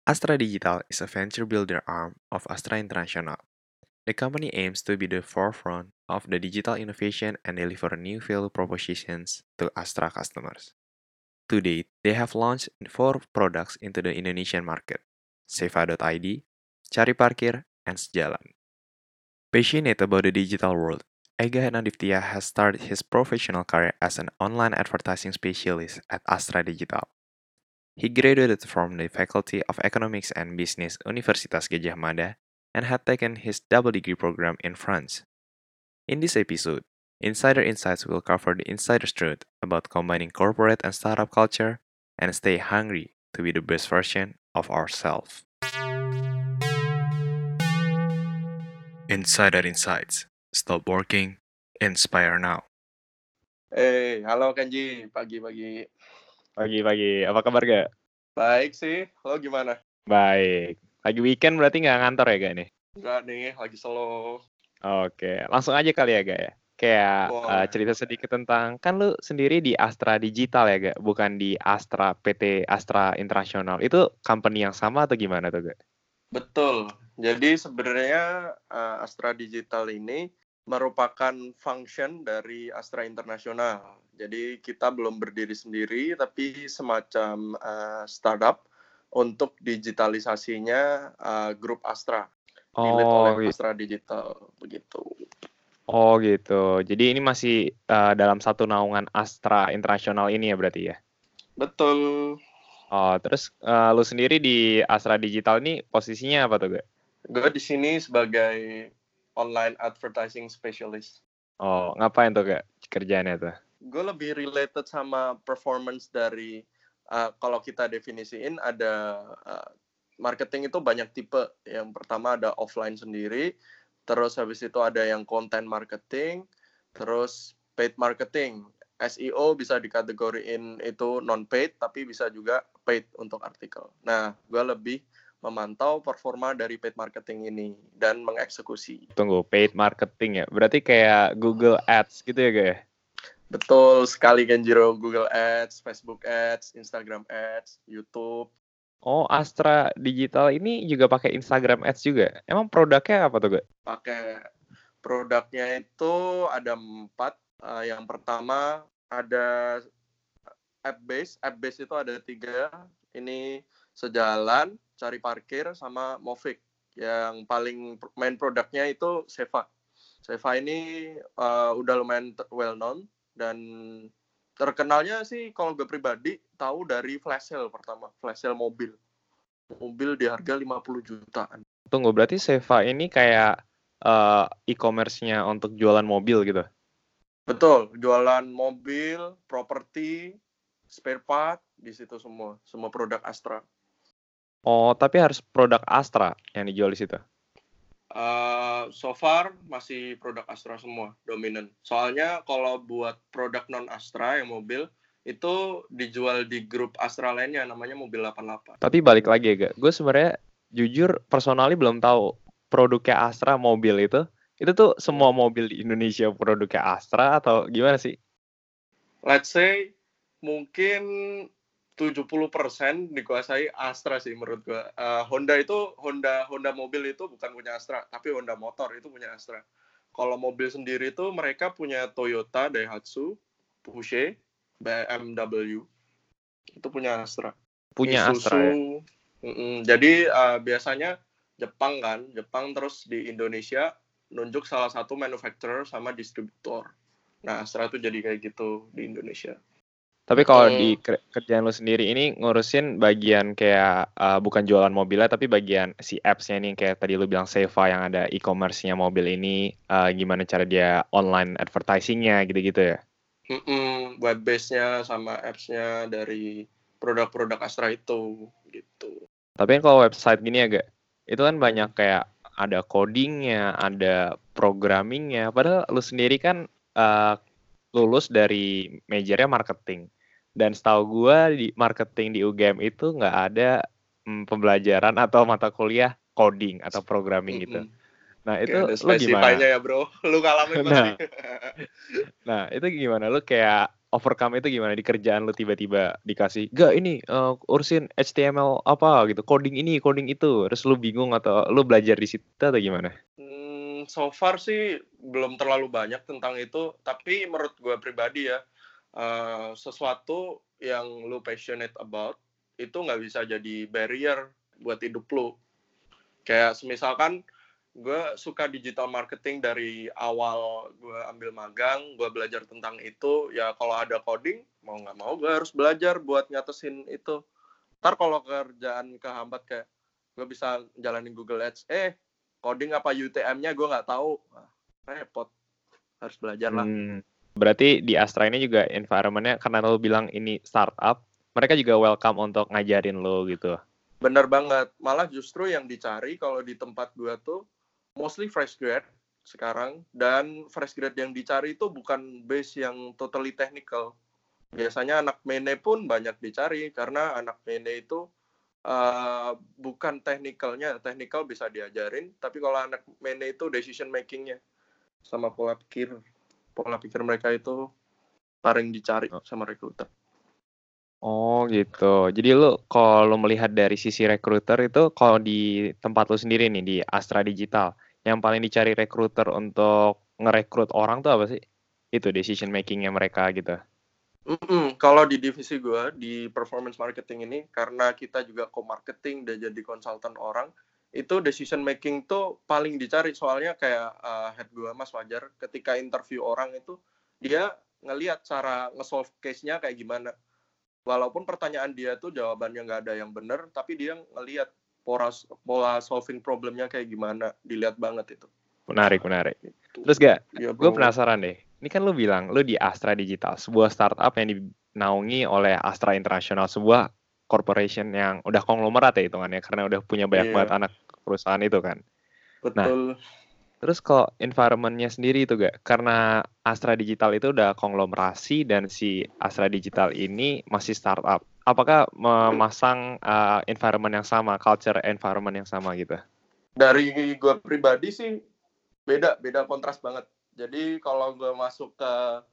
Astra Digital is a venture builder arm of Astra International. The company aims to be the forefront of the digital innovation and deliver new value propositions to Astra customers. To date, they have launched 4 products into the Indonesian market: Seva.id, Cari Parkir, and Sejalan. Passionate about the digital world, Ega Naditya has started his professional career as an online advertising specialist at Astra Digital. He graduated from the Faculty of Economics and Business Universitas Gadjah Mada and had taken his double degree program in France. In this episode, Insider Insights will cover the insider's truth about combining corporate and startup culture and stay hungry to be the best version of ourselves. Insider Insights. Stop working, inspire now. Halo Kenji, pagi-pagi. Pagi-pagi, apa kabar gak? Baik sih, lo gimana? Baik. Lagi weekend berarti nggak ngantor ya gak nih? Enggak nih, lagi slow. Oke, langsung aja kali ya gak ya? Kayak Boleh. cerita sedikit tentang, kan lu sendiri di Astra Digital ya gak? Bukan di Astra, PT Astra International. Itu company yang sama atau gimana tuh gak? Betul, jadi sebenarnya Astra Digital ini merupakan function dari Astra International. Jadi kita belum berdiri sendiri, tapi semacam startup untuk digitalisasinya grup Astra. Dilead oleh Astra Digital, begitu. Oh gitu, jadi ini masih dalam satu naungan Astra International ini ya berarti ya? Betul. Oh, terus lu sendiri di Astra Digital ini posisinya apa tuh gak? Gue di sini sebagai online advertising specialist. Oh, ngapain tuh gak kerjaannya tuh? Gue lebih related sama performance dari, kalau kita definisiin ada marketing itu banyak tipe. Yang pertama ada offline sendiri, terus habis itu ada yang content marketing, terus paid marketing. SEO bisa dikategoriin itu non-paid, tapi bisa juga paid untuk artikel. Nah, gue lebih memantau performa dari paid marketing ini dan mengeksekusi. Tunggu, paid marketing ya? Berarti kayak Google Ads gitu ya guys? Betul sekali Kenjiro, Google Ads, Facebook Ads, Instagram Ads, YouTube. Oh, Astra Digital ini juga pakai Instagram Ads juga? Emang produknya apa tuh, Gak? Pakai produknya itu ada 4. Yang pertama ada app base itu ada 3. Ini Sejalan, Cari Parkir, sama Movic. Yang paling main produknya itu Seva. Seva ini udah lumayan well known, dan terkenalnya sih kalau gue pribadi tahu dari flash sale pertama, flash sale mobil di harga 50 jutaan. Tunggu, berarti Seva ini kayak e-commerce-nya untuk jualan mobil gitu? Betul, jualan mobil, properti, spare part, di situ semua produk Astra. Oh, tapi harus produk Astra yang dijual di situ? So far masih produk Astra semua, dominan. Soalnya kalau buat produk non Astra yang mobil, itu dijual di grup Astra lainnya, namanya Mobil 88. Tapi balik lagi ya, Gak? Gue sebenarnya jujur personally belum tahu produknya Astra mobil itu tuh semua mobil di Indonesia produknya Astra atau gimana sih? Let's say mungkin 70% dikuasai Astra sih menurut gue. Honda mobil itu bukan punya Astra, tapi Honda motor itu punya Astra. Kalau mobil sendiri itu mereka punya Toyota, Daihatsu, Porsche, BMW. Itu punya Astra. Punya Isuzu, Astra ya? Jadi biasanya Jepang terus di Indonesia nunjuk salah satu manufacturer sama distributor. Nah, Astra tuh jadi kayak gitu di Indonesia. Tapi kalau di kerjaan lo sendiri ini ngurusin bagian kayak bukan jualan mobilnya, tapi bagian si apps-nya nih, kayak tadi lo bilang Seva yang ada e-commerce-nya mobil ini, gimana cara dia online advertising-nya gitu-gitu ya? Web base-nya sama apps-nya dari produk-produk Astra itu gitu. Tapi kan kalau website gini ya, Gak, itu kan banyak kayak ada codingnya, ada programmingnya. Padahal lo sendiri kan lulus dari majornya marketing. Dan setahu gue di marketing di UGM itu nggak ada pembelajaran atau mata kuliah coding atau programming gitu. Nah itu lo gimana? Ya bro, lu ngalamin pasti. Nah itu gimana? Lo kayak overcome itu gimana di kerjaan lu tiba-tiba dikasih, "Gak ini urusin HTML apa gitu, coding ini, coding itu." Terus lu bingung atau lu belajar di situ atau gimana? So far sih belum terlalu banyak tentang itu, tapi menurut gue pribadi ya, sesuatu yang lu passionate about itu nggak bisa jadi barrier buat hidup lu. Kayak misalkan gue suka digital marketing dari awal gue ambil magang, gue belajar tentang itu, ya kalau ada coding, mau nggak mau gue harus belajar buat nyatesin itu. Ntar kalau kerjaan kehambat kayak gue bisa jalanin Google Ads, coding apa UTM-nya gue nggak tahu, repot, harus belajar lah. Berarti di Astra ini juga environment-nya, karena lo bilang ini startup, mereka juga welcome untuk ngajarin lo gitu. Bener banget, malah justru yang dicari kalau di tempat gue tuh mostly fresh grad sekarang, dan fresh grad yang dicari itu bukan base yang totally technical. Biasanya anak mene pun banyak dicari karena anak mene itu bukan technical-nya, technical bisa diajarin, tapi kalau anak mene itu decision making-nya sama pola pikir mereka itu paling dicari sama recruiter. Oh gitu. Jadi lu kalau melihat dari sisi recruiter itu, kalau di tempat lu sendiri nih di Astra Digital, yang paling dicari recruiter untuk ngerekrut orang tuh apa sih? Itu decision making-nya mereka gitu. Kalau di divisi gue, di performance marketing ini, karena kita juga co-marketing dan jadi konsultan orang, itu decision making tuh paling dicari. Soalnya kayak head gue, Mas Wajar, ketika interview orang itu, dia ngelihat cara nge-solve case-nya kayak gimana. Walaupun pertanyaan dia tuh jawabannya nggak ada yang benar, tapi dia ngelihat pola solving problemnya kayak gimana. Dilihat banget itu. Menarik. Gitu. Terus gak, Ya, gue penasaran deh. Ini kan lu bilang, lu di Astra Digital, sebuah startup yang dinaungi oleh Astra International, sebuah corporation yang udah konglomerat ya hitungannya, karena udah punya banyak banget anak perusahaan itu kan. Betul. Nah, terus kalau environment-nya sendiri itu gak, karena Astra Digital itu udah konglomerasi dan si Astra Digital ini masih startup, apakah memasang environment yang sama, culture environment yang sama gitu? Dari gue pribadi sih beda kontras banget. Jadi kalau gue masuk ke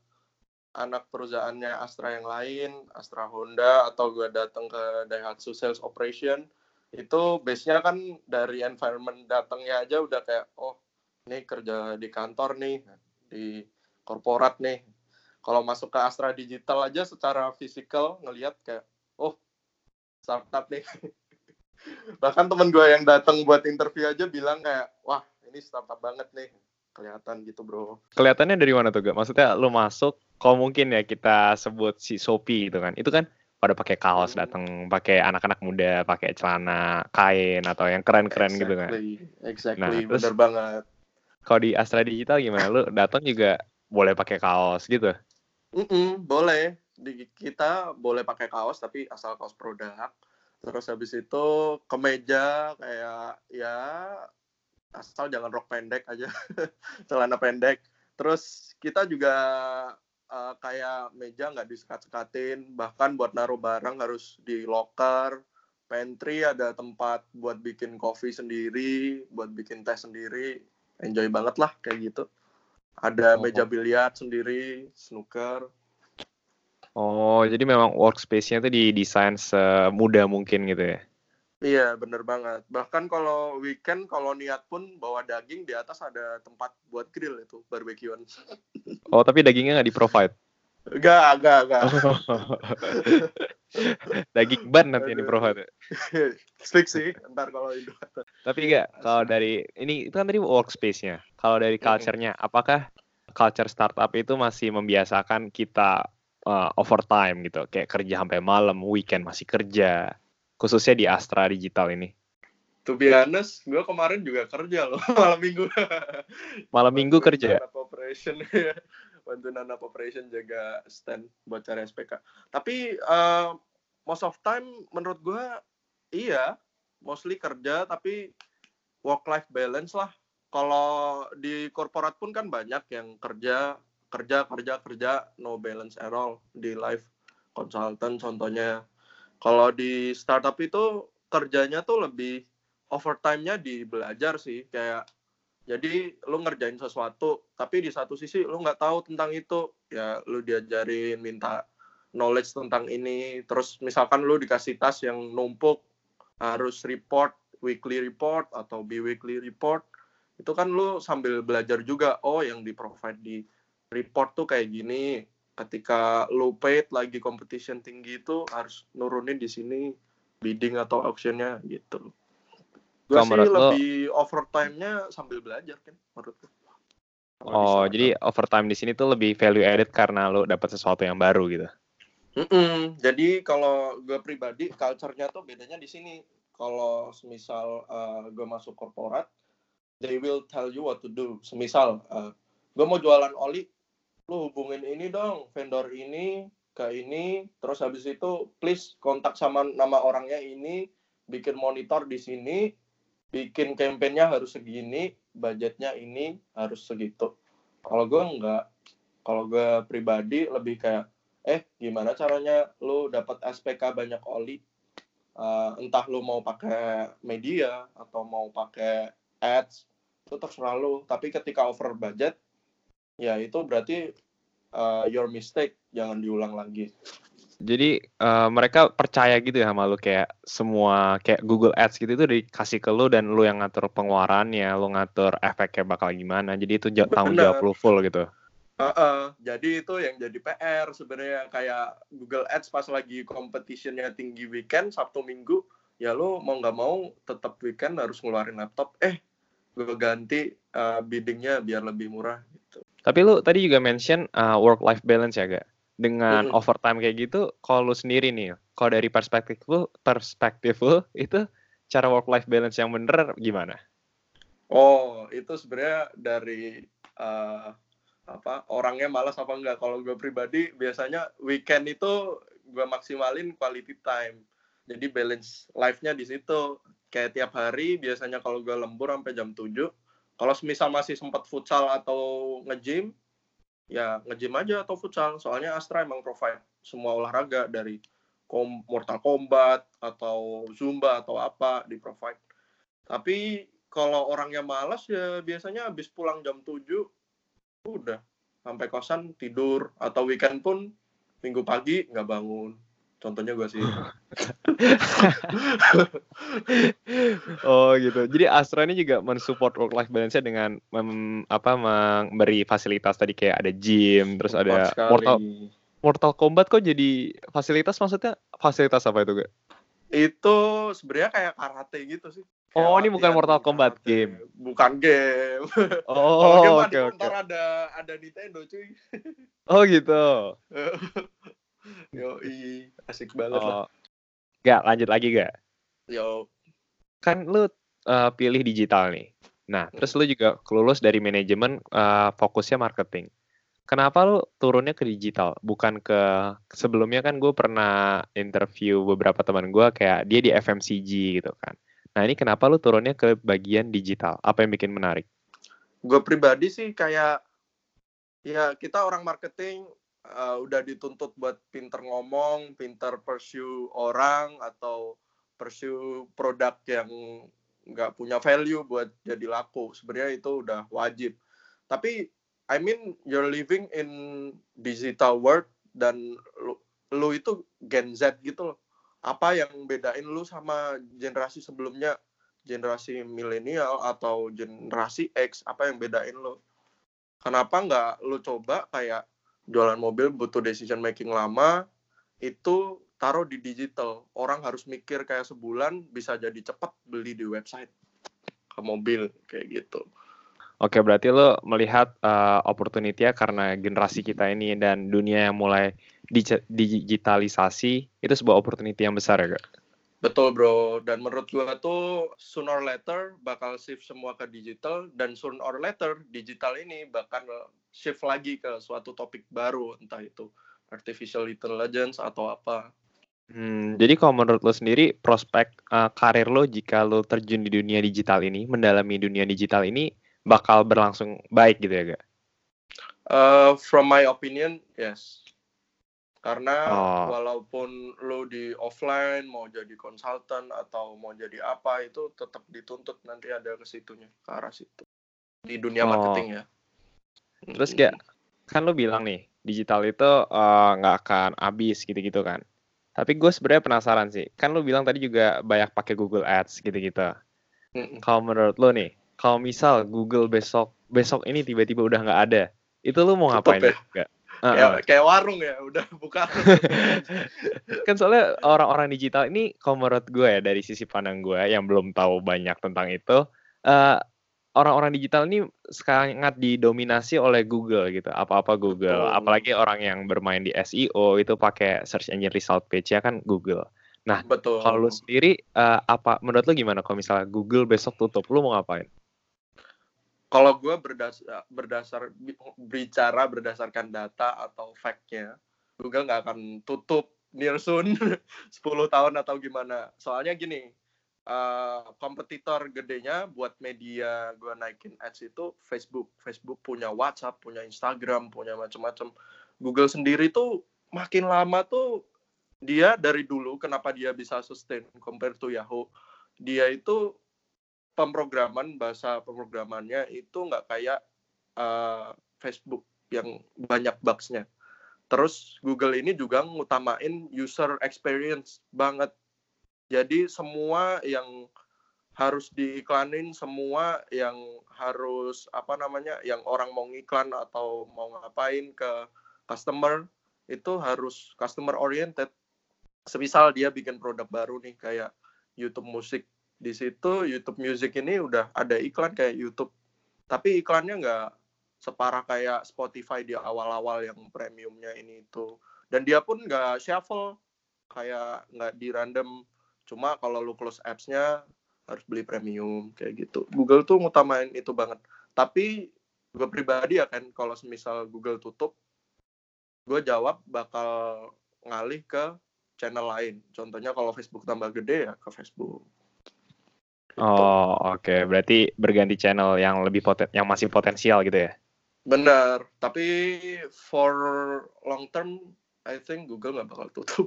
anak perusahaannya Astra yang lain, Astra Honda, atau gue datang ke Daihatsu Sales Operation, itu base-nya kan dari environment datangnya aja udah kayak, oh ini kerja di kantor nih, di korporat nih. Kalau masuk ke Astra Digital aja secara fisikal ngelihat kayak, oh startup nih. Bahkan temen gue yang datang buat interview aja bilang kayak, wah ini startup banget nih. Kelihatan gitu bro. Kelihatannya dari mana tuh gak? Maksudnya lu masuk, kalau mungkin ya kita sebut si Shopee gitu kan, itu kan pada pakai kaos datang, pakai anak-anak muda, pakai celana kain atau yang keren-keren gitu kan. Exactly, Nah, terus bener banget. kalau di Astra Digital gimana? Lu datang juga boleh pakai kaos gitu? Boleh. Kita boleh pakai kaos tapi asal kaos produk. Terus habis itu kemeja kayak ya asal jangan rok pendek aja, celana pendek. Terus kita juga kayak meja nggak disekat-sekatin, bahkan buat naruh barang harus di locker. Pantry ada tempat buat bikin kopi sendiri, buat bikin teh sendiri. Enjoy banget lah kayak gitu. Ada meja biliar sendiri, snooker. Oh, jadi memang workspace-nya tuh didesain semudah mungkin gitu ya? Iya, bener banget. Bahkan kalau weekend, kalau niat pun bawa daging, di atas ada tempat buat grill itu, barbekyuan. Oh, tapi dagingnya nggak di-provide? Enggak. Daging ban nanti yang di-provide. Stick sih, ntar kalau itu. Tapi enggak, kalau dari, ini itu kan tadi workspace-nya. Kalau dari culture-nya, apakah culture startup itu masih membiasakan kita overtime gitu? Kayak kerja sampai malam, weekend masih kerja. Khususnya di Astra Digital ini. To be honest, gue kemarin juga kerja loh, malam minggu. Malam minggu kerja? Bantuin anak operation jaga stand buat cari SPK. Tapi most of time menurut gue iya, mostly kerja tapi work life balance lah. Kalau di korporat pun kan banyak yang kerja no balance at all di life consultant contohnya. Kalau di startup itu kerjanya tuh lebih overtime-nya di belajar sih, kayak Jadi lu ngerjain sesuatu, tapi di satu sisi lu nggak tahu tentang itu. Ya lu diajarin, minta knowledge tentang ini. Terus misalkan lu dikasih task yang numpuk, harus report, weekly report atau bi-weekly report. Itu kan lu sambil belajar juga, oh yang di-provide di report tuh kayak gini. Ketika lu paid lagi competition tinggi itu harus nurunin di sini bidding atau auction-nya gitu. Gue Kalau sih menurut lo, lebih overtime-nya sambil belajar kan menurutku. Kalau di oh startup. jadi overtime di sini tuh lebih value added karena lo dapat sesuatu yang baru gitu. Jadi kalau gue pribadi, culture-nya tuh bedanya di sini. Kalau semisal gue masuk korporat, they will tell you what to do. Semisal gue mau jualan oli, lu hubungin ini dong, vendor ini ke ini, terus habis itu please kontak sama nama orangnya ini, bikin monitor di sini, bikin campaign-nya harus segini, budgetnya ini harus segitu. Kalau gue enggak, kalau gue pribadi lebih kayak, gimana caranya lu dapat SPK banyak oli, entah lu mau pakai media atau mau pakai ads, itu terserah lu. Tapi ketika over budget, ya itu berarti your mistake, jangan diulang lagi. Jadi mereka percaya gitu ya sama lu, kayak semua kayak Google Ads gitu itu dikasih ke lu dan lu yang ngatur pengeluarannya, lu ngatur efeknya bakal gimana. Jadi itu tanggung jawab Bener. lu full gitu. Jadi itu yang jadi PR sebenarnya, kayak Google Ads pas lagi competitionnya tinggi weekend, Sabtu Minggu, ya lu mau nggak mau tetap weekend harus ngeluarin laptop. Gue ganti biddingnya biar lebih murah gitu. Tapi lu tadi juga mention work-life balance ya, Gak? Dengan Mm-mm. overtime kayak gitu, kalau lu sendiri nih, kalau dari perspektif lu itu cara work-life balance yang bener gimana? Oh, itu sebenarnya dari orangnya malas apa enggak. Kalau gue pribadi biasanya weekend itu gue maksimalin quality time. Jadi balance life-nya di situ. Kayak tiap hari biasanya kalau gue lembur sampai jam 7. Kalau semisal masih sempat futsal atau nge-gym, ya nge-gym aja atau futsal. Soalnya Astra emang provide semua olahraga dari Mortal Kombat atau Zumba atau apa di provide. Tapi kalau orangnya malas ya biasanya habis pulang jam 7 udah sampai kosan tidur, atau weekend pun minggu pagi nggak bangun. Contohnya gue sih. Oh gitu. Jadi Astra ini juga mensupport work-life balance-nya dengan memberi fasilitas tadi kayak ada gym, terus Tepat ada sekali. Mortal Kombat kok jadi fasilitas, maksudnya fasilitas apa itu, Gak? Itu sebenarnya kayak karate gitu sih. Kayak Oh, ini bukan latihan Mortal Kombat karate. game. Bukan game. Kalau game Oh, mah oke oke. ntar ada Nintendo cuy. Oh gitu. Yoi, asik banget lah. Oh, Gak, lanjut lagi Gak? Yo. Kan lu pilih digital nih. Nah, terus lu juga lulus dari manajemen, fokusnya marketing. Kenapa lu turunnya ke digital? Bukan ke sebelumnya kan gue pernah interview beberapa teman gue kayak dia di FMCG gitu kan. Nah ini kenapa lu turunnya ke bagian digital? Apa yang bikin menarik? Gue pribadi sih kayak, ya kita orang marketing udah dituntut buat pinter ngomong, pinter pursue orang, atau pursue produk yang nggak punya value buat jadi laku. Sebenarnya itu udah wajib. Tapi I mean you're living in digital world, dan lu itu Gen Z gitu loh. Apa yang bedain lu sama generasi sebelumnya, generasi milenial atau generasi X, apa yang bedain lu? Kenapa nggak lu coba kayak jualan mobil butuh decision making lama, itu taruh di digital. Orang harus mikir kayak sebulan, bisa jadi cepat beli di website ke mobil kayak gitu. Oke, berarti lo melihat opportunity-nya karena generasi kita ini dan dunia yang mulai digitalisasi, itu sebuah opportunity yang besar ya, Kak? Betul bro, dan menurut gua tuh sooner or later bakal shift semua ke digital, dan sooner or later digital ini bakal shift lagi ke suatu topik baru, entah itu artificial intelligence atau apa. Jadi kalau menurut lo sendiri, prospek karir lo jika lo terjun di dunia digital ini, mendalami dunia digital ini, bakal berlangsung baik gitu ya, Kak? From my opinion, yes. Karena Oh, walaupun lo di offline mau jadi konsultan atau mau jadi apa, itu tetap dituntut nanti ada ke situnya, ke arah situ. di dunia Oh, marketing ya. terus kayak kan lu bilang nih digital itu nggak akan habis gitu-gitu kan. Tapi gue sebenarnya penasaran sih. Kan lu bilang tadi juga banyak pakai Google Ads gitu-gitu. Kalau menurut lu nih, kalau misal Google besok ini tiba-tiba udah nggak ada, itu lu mau Tutup ngapain ya. juga? Heeh. Kayak warung ya, udah buka. Kan soalnya orang-orang digital ini kalau menurut gue ya dari sisi pandang gue yang belum tahu banyak tentang itu, eh, orang-orang digital ini sangat didominasi oleh Google gitu, apa-apa Google. Betul. Apalagi orang yang bermain di SEO itu pakai search engine result page ya kan Google. Nah, Betul. kalau lu sendiri apa menurut lu gimana kalau misalnya Google besok tutup, lu mau ngapain? Kalau gue bicara berdasarkan data atau fact-nya, Google nggak akan tutup near soon 10 tahun atau gimana. Soalnya gini, kompetitor gedenya buat media gue naikin ads itu Facebook. Facebook punya WhatsApp, punya Instagram, punya macam-macam. Google sendiri tuh makin lama tuh dia dari dulu kenapa dia bisa sustain compare to Yahoo. Dia itu bahasa pemrogramannya itu nggak kayak Facebook yang banyak bugs-nya. Terus Google ini juga ngutamain user experience banget. Jadi semua yang harus diiklanin, semua yang harus yang orang mau ngiklan atau mau ngapain ke customer itu harus customer oriented. Semisal dia bikin produk baru nih kayak YouTube Musik, di situ YouTube Music ini udah ada iklan kayak YouTube, tapi iklannya nggak separah kayak Spotify di awal-awal yang premiumnya ini itu, dan dia pun nggak shuffle, kayak nggak di random, cuma kalau lu close apps-nya harus beli premium kayak gitu. Google tuh ngutamain itu banget. Tapi gue pribadi ya kan, kalau misal Google tutup, gue jawab bakal ngalih ke channel lain. Contohnya kalau Facebook tambah gede ya ke Facebook. Gitu. Oh, oke. Berarti berganti channel yang lebih yang masih potensial gitu ya? Benar. Tapi for long term, I think Google nggak bakal tutup.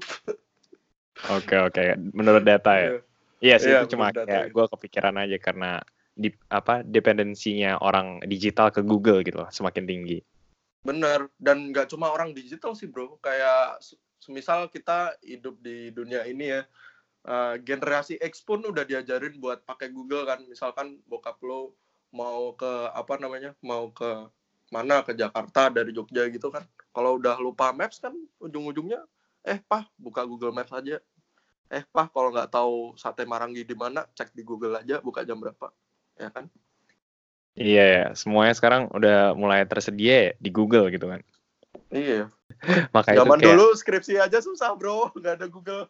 Oke. Menurut data ya? Iya sih, itu cuma menurut data, kayak gue kepikiran aja karena dependensinya orang digital ke Google gitu loh, semakin tinggi. Benar. Dan nggak cuma orang digital sih bro. Kayak semisal kita hidup di dunia ini ya, generasi X pun udah diajarin buat pakai Google kan. Misalkan bokap lo mau ke mau ke mana, ke Jakarta dari Jogja gitu kan. Kalau udah lupa Maps kan ujung-ujungnya Pak buka Google Maps aja. Pak kalau nggak tahu sate Marangi di mana, cek di Google aja buka jam berapa. Ya kan? Iya ya, semuanya sekarang udah mulai tersedia ya di Google gitu kan. Iya. Makanya Zaman itu kayak dulu skripsi aja susah bro, nggak ada Google.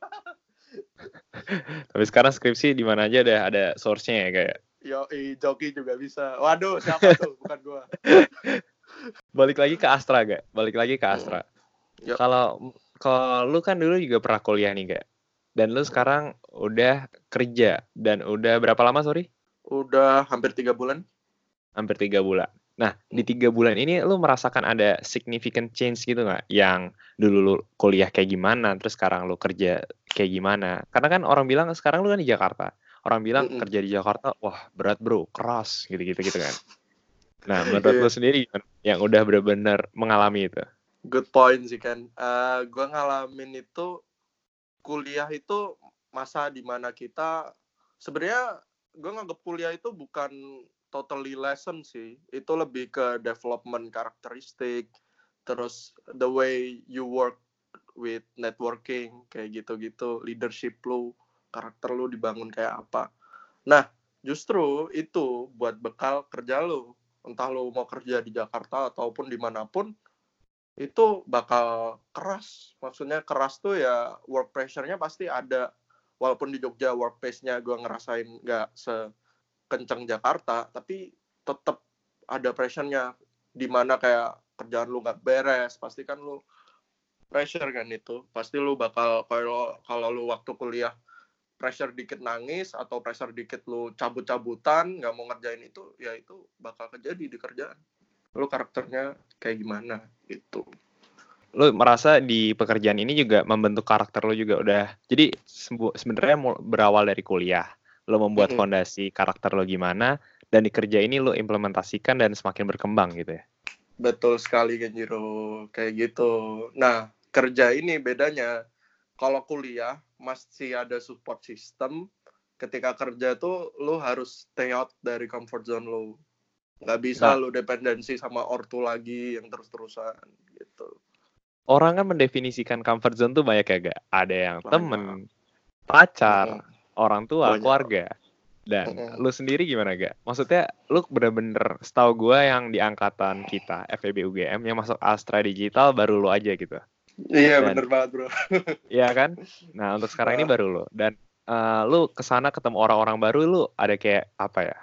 tapi sekarang skripsi di mana aja ada source-nya ya kayak. Joki juga bisa. Waduh, siapa tuh? Bukan gua. Balik lagi ke Astra. Yuk. Kalau lu kan dulu juga pernah kuliah nih gak? Dan lu sekarang udah kerja dan udah berapa lama sorry? Udah hampir 3 bulan. Hampir 3 bulan. Nah, di 3 bulan ini lu merasakan ada significant change gitu nggak? Yang dulu lu kuliah kayak gimana, terus sekarang lu kerja kayak gimana? Karena kan orang bilang sekarang lu kan di Jakarta. Orang bilang kerja di Jakarta, wah berat bro, keras, gitu kan. Nah, menurut lu sendiri yang udah benar-benar mengalami itu? Good point sih kan. Gue ngalamin itu, kuliah itu masa dimana kita, sebenarnya gue nganggap kuliah itu bukan totally lesson sih. Itu lebih ke development karakteristik, terus the way you work with networking, kayak gitu-gitu, leadership lu, karakter lu dibangun kayak apa. Nah, justru itu buat bekal kerja lu. Entah lu mau kerja di Jakarta ataupun dimanapun, itu bakal keras. Maksudnya keras tuh ya work pressure-nya pasti ada. Walaupun di Jogja work pace-nya gue ngerasain nggak sekenceng Jakarta, tapi tetap ada pressure-nya. Dimana kayak kerjaan lu nggak beres, pasti kan lu pressure kan itu. Pasti lu bakal, kalau lu waktu kuliah pressure dikit nangis atau pressure dikit lu cabut-cabutan nggak mau ngerjain itu, ya itu bakal kejadi di kerjaan. Lu karakternya kayak gimana gitu. Lu merasa di pekerjaan ini juga membentuk karakter lu juga udah. Jadi sebenarnya berawal dari kuliah, lu membuat fondasi karakter lu gimana, dan di kerja ini lu implementasikan dan semakin berkembang gitu ya. Betul sekali Genjiro, kayak gitu. Nah, kerja ini bedanya, kalau kuliah masih ada support system, ketika kerja tuh lu harus stay out dari comfort zone lu. Nggak bisa Nah, lu dependensi sama ortu lagi yang terus-terusan gitu. orang kan mendefinisikan comfort zone tuh banyak ya gak? Ada yang Banyak. temen, pacar, Mm-mm. orang tua, Banyak. keluarga. Dan Mm-mm. lu sendiri gimana gak? Maksudnya lu bener-bener setahu gue yang di angkatan kita FEB UGM yang masuk Astra Digital baru lu aja gitu. Iya Dan bener banget bro. iya kan? Nah untuk sekarang ini Ah, baru lu. Dan lu kesana ketemu orang-orang baru, lu ada kayak apa ya?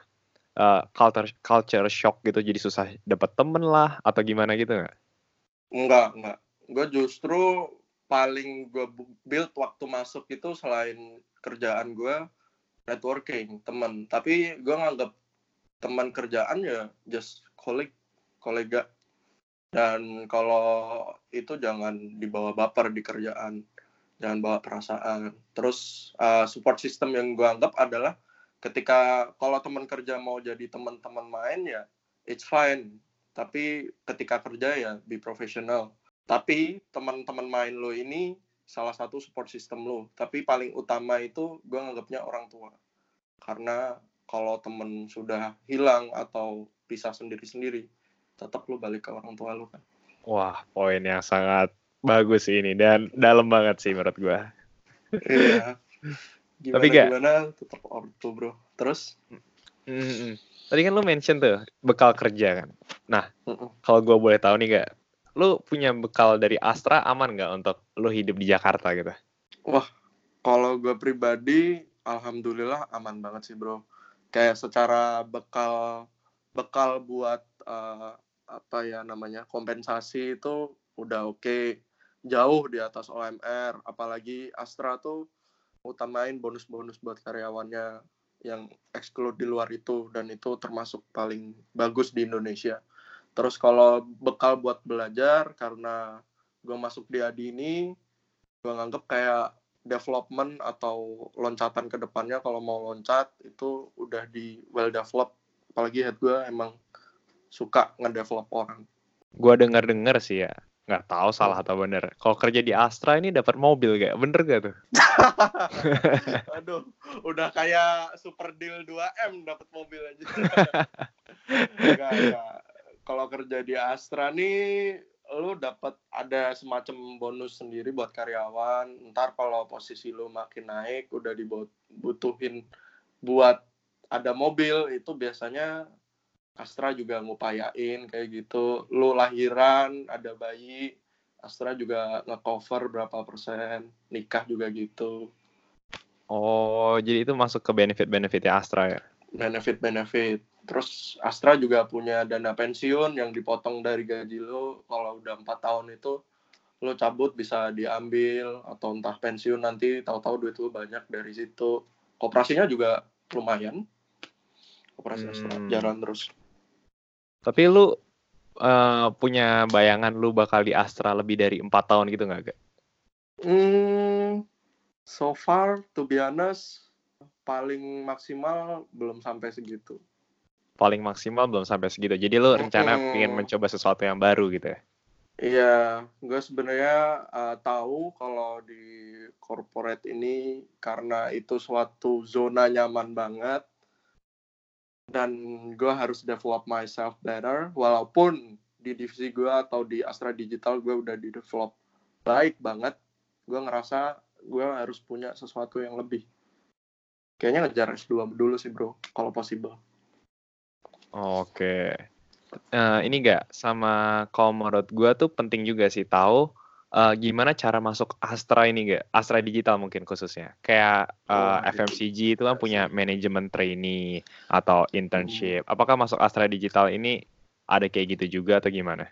Culture shock gitu, jadi susah dapet temen lah atau gimana gitu nggak? enggak. Gue justru paling gue build waktu masuk itu selain kerjaan gue networking teman. Tapi gue nganggap teman kerjaan ya just kolega. Dan kalau itu jangan dibawa baper di kerjaan, jangan bawa perasaan. Terus support system yang gue anggap adalah ketika kalau teman kerja mau jadi teman-teman main ya it's fine. Tapi ketika kerja ya be professional. Tapi teman-teman main lo ini salah satu support system lo. Tapi paling utama itu gue nganggapnya orang tua. Karena kalau temen sudah hilang atau pisah sendiri-sendiri, tetap lu balik ke orang tua lu kan. Wah, poin yang sangat bagus ini dan dalam banget sih menurut gue. Iya. Tapi gak, Gimana tetap ortu bro. Terus? tadi kan lu mention tuh bekal kerja kan. Nah, Mm-mm. kalau gue boleh tahu nih gak, lu punya bekal dari Astra aman gak untuk lu hidup di Jakarta gitu? Wah, kalau gue pribadi, alhamdulillah aman banget sih bro. Kayak secara bekal buat apa ya namanya kompensasi itu udah oke. Jauh di atas OMR. Apalagi Astra tuh utamain bonus-bonus buat karyawannya yang exclude di luar itu, dan itu termasuk paling bagus di Indonesia. Terus kalau bekal buat belajar, karena gue masuk di ADI ini, gue nganggep kayak development atau loncatan ke depannya, kalau mau loncat itu udah di well developed. Apalagi head gue emang suka ngedevelop orang. Gue denger sih ya, nggak tahu salah atau bener. Kalau kerja di Astra ini dapat mobil gak? Bener gak tuh? Aduh, udah kayak super deal 2M dapat mobil aja. Enggak. Kalau kerja di Astra nih, lu dapat ada semacam bonus sendiri buat karyawan. Ntar kalau posisi lu makin naik, udah dibutuhin buat ada mobil, itu biasanya Astra juga ngupayain kayak gitu. Lu lahiran, ada bayi, Astra juga nge-cover berapa persen. Nikah juga gitu. Oh, jadi itu masuk ke benefit-benefitnya Astra ya? Benefit. Terus Astra juga punya dana pensiun yang dipotong dari gaji lo. Kalau udah 4 tahun itu lo cabut bisa diambil, atau entah pensiun nanti tahu-tahu duit lo banyak dari situ. Koperasinya juga lumayan. Koperasi Astra jalan terus. Tapi lu punya bayangan lu bakal di Astra lebih dari 4 tahun gitu nggak, Gak? So far to be honest, paling maksimal belum sampai segitu. Paling maksimal belum sampai segitu. Jadi lu rencana pengen mencoba sesuatu yang baru gitu ya? Iya, gue sebenarnya tahu kalau di corporate ini karena itu suatu zona nyaman banget, dan gue harus develop myself better. Walaupun di divisi gue atau di Astra Digital gue udah di develop baik banget, gue ngerasa gue harus punya sesuatu yang lebih. Kayaknya ngejar S2 dulu sih bro, kalau possible. Oke. Ini gak, sama kalau menurut gue tuh penting juga sih tahu gimana cara masuk Astra ini gak? Astra Digital mungkin khususnya. Kayak FMCG itu kan punya manajemen trainee atau internship. Apakah masuk Astra Digital ini ada kayak gitu juga atau gimana?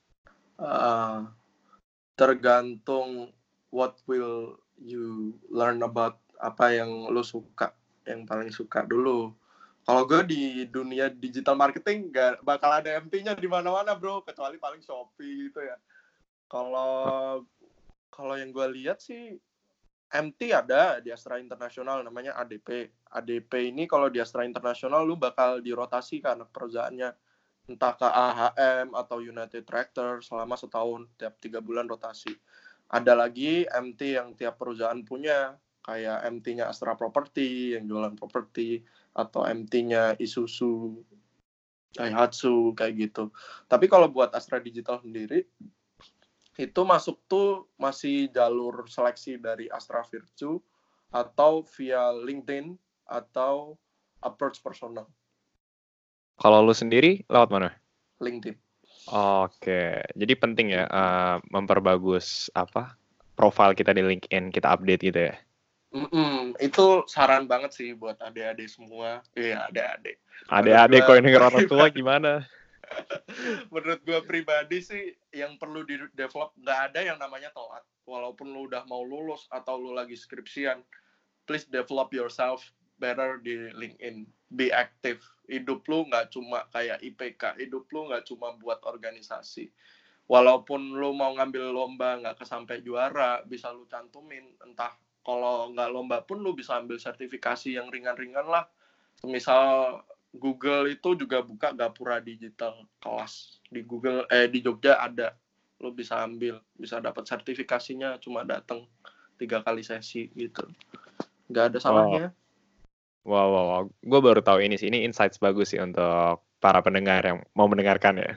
Tergantung what will you learn about, apa yang lo suka, yang paling suka dulu. Kalau gue di dunia digital marketing gak bakal ada MT-nya di mana-mana bro, kecuali paling Shopee gitu ya. Kalau yang gue lihat sih MT ada di Astra Internasional namanya ADP. ADP ini kalau di Astra Internasional lu bakal dirotasi ke anak perusahaannya. Entah ke AHM atau United Tractor selama setahun, tiap 3 bulan rotasi. Ada lagi MT yang tiap perusahaan punya, kayak MT-nya Astra Property yang jualan properti, atau MT-nya Isuzu, Daihatsu, kayak gitu. Tapi kalau buat Astra Digital sendiri, itu masuk tuh masih jalur seleksi dari Astra Virtu atau via LinkedIn atau approach personal. Kalau lu sendiri lewat mana? LinkedIn. Oke, jadi penting ya memperbagus profil kita di LinkedIn, kita update gitu ya. Itu saran banget sih buat adik-adik semua. Iya, adik-adik. Adik-adik kok denger orang tua gimana? Menurut gue pribadi sih yang perlu di develop, nggak ada yang namanya telat. Walaupun lu udah mau lulus atau lu lagi skripsian, please develop yourself better di LinkedIn. Be active. Hidup lu nggak cuma kayak IPK, hidup lu nggak cuma buat organisasi. Walaupun lu mau ngambil lomba nggak kesampai juara, bisa lu cantumin. Entah kalau nggak lomba pun lu bisa ambil sertifikasi yang ringan-ringan lah. Misal Google itu juga buka Gapura Digital kelas di Google, di Jogja ada. Lu bisa ambil, bisa dapat sertifikasinya, cuma datang 3 kali sesi gitu. Nggak ada salahnya. Wow. Gue baru tahu ini sih. Ini insights bagus sih untuk para pendengar yang mau mendengarkan ya.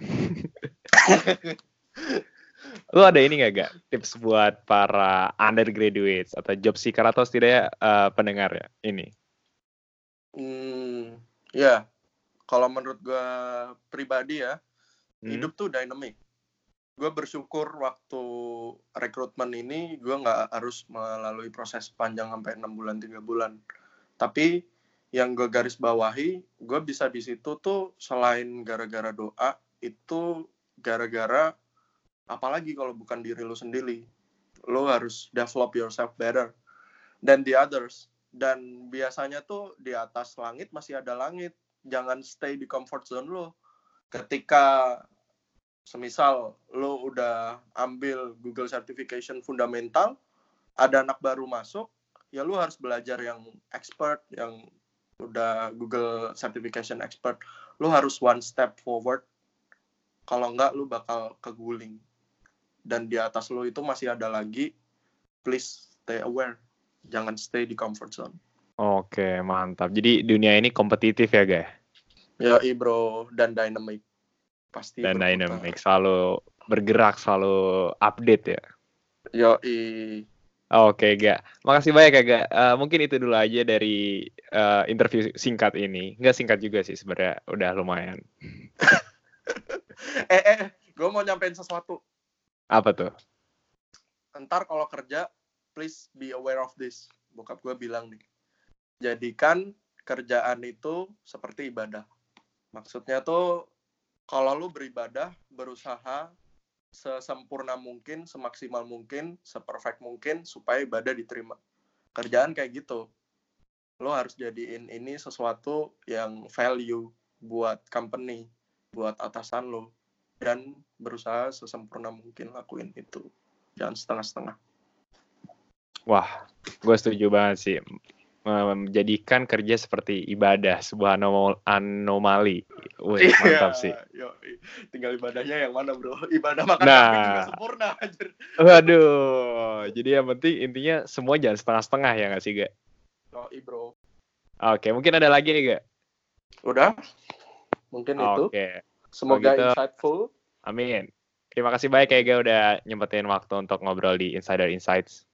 Lu ada ini gak tips buat para undergraduates atau job seeker atau setidaknya pendengar ya ini? Ya, kalau menurut gue pribadi ya, hidup tuh dynamic. Gue bersyukur waktu rekrutmen ini gue nggak harus melalui proses panjang sampai 6 bulan, 3 bulan. Tapi yang gue garis bawahi, gue bisa di situ tuh selain gara-gara doa, itu gara-gara apalagi kalau bukan diri lu sendiri. Lu harus develop yourself better than the others. Dan biasanya tuh di atas langit masih ada langit. Jangan stay di comfort zone lu. Ketika semisal lu udah ambil Google Certification Fundamental, ada anak baru masuk, ya lu harus belajar yang expert, yang udah Google Certification Expert. Lu harus one step forward. Kalau enggak, lu bakal keguling. Dan di atas lu itu masih ada lagi. Please stay aware. Jangan stay di comfort zone. Oke, mantap. Jadi dunia ini kompetitif ya, guys? Yoi bro, dan dynamic. Pasti dan berputar. Dynamic, selalu bergerak, selalu update ya. Yoi. Oke, Gak. Makasih banyak ya, Gak. Mungkin itu dulu aja dari interview singkat ini. Nggak singkat juga sih sebenarnya, udah lumayan. Gue mau nyampein sesuatu. Apa tuh? Ntar kalau kerja, please be aware of this. Bokap gue bilang nih, jadikan kerjaan itu seperti ibadah. Maksudnya tuh, kalau lu beribadah, berusaha sesempurna mungkin, semaksimal mungkin, seperfect mungkin, supaya ibadah diterima. Kerjaan kayak gitu. Lo harus jadiin ini sesuatu yang value buat company, buat atasan lo. Dan berusaha sesempurna mungkin lakuin itu. Jangan setengah-setengah. Wah, gue setuju banget sih. Menjadikan kerja seperti ibadah, sebuah anomali. Wih, mantap sih. Tinggal ibadahnya yang mana bro? Ibadah makan kambing juga sempurna. Waduh, jadi yang penting intinya semua jangan setengah-setengah ya nggak sih, Gak? Bro. Oke, mungkin ada lagi nih, Gak? Udah, mungkin itu. Semoga gitu, insightful. Amin. Terima kasih banyak ya, Gak, udah nyempetin waktu untuk ngobrol di Insider Insights.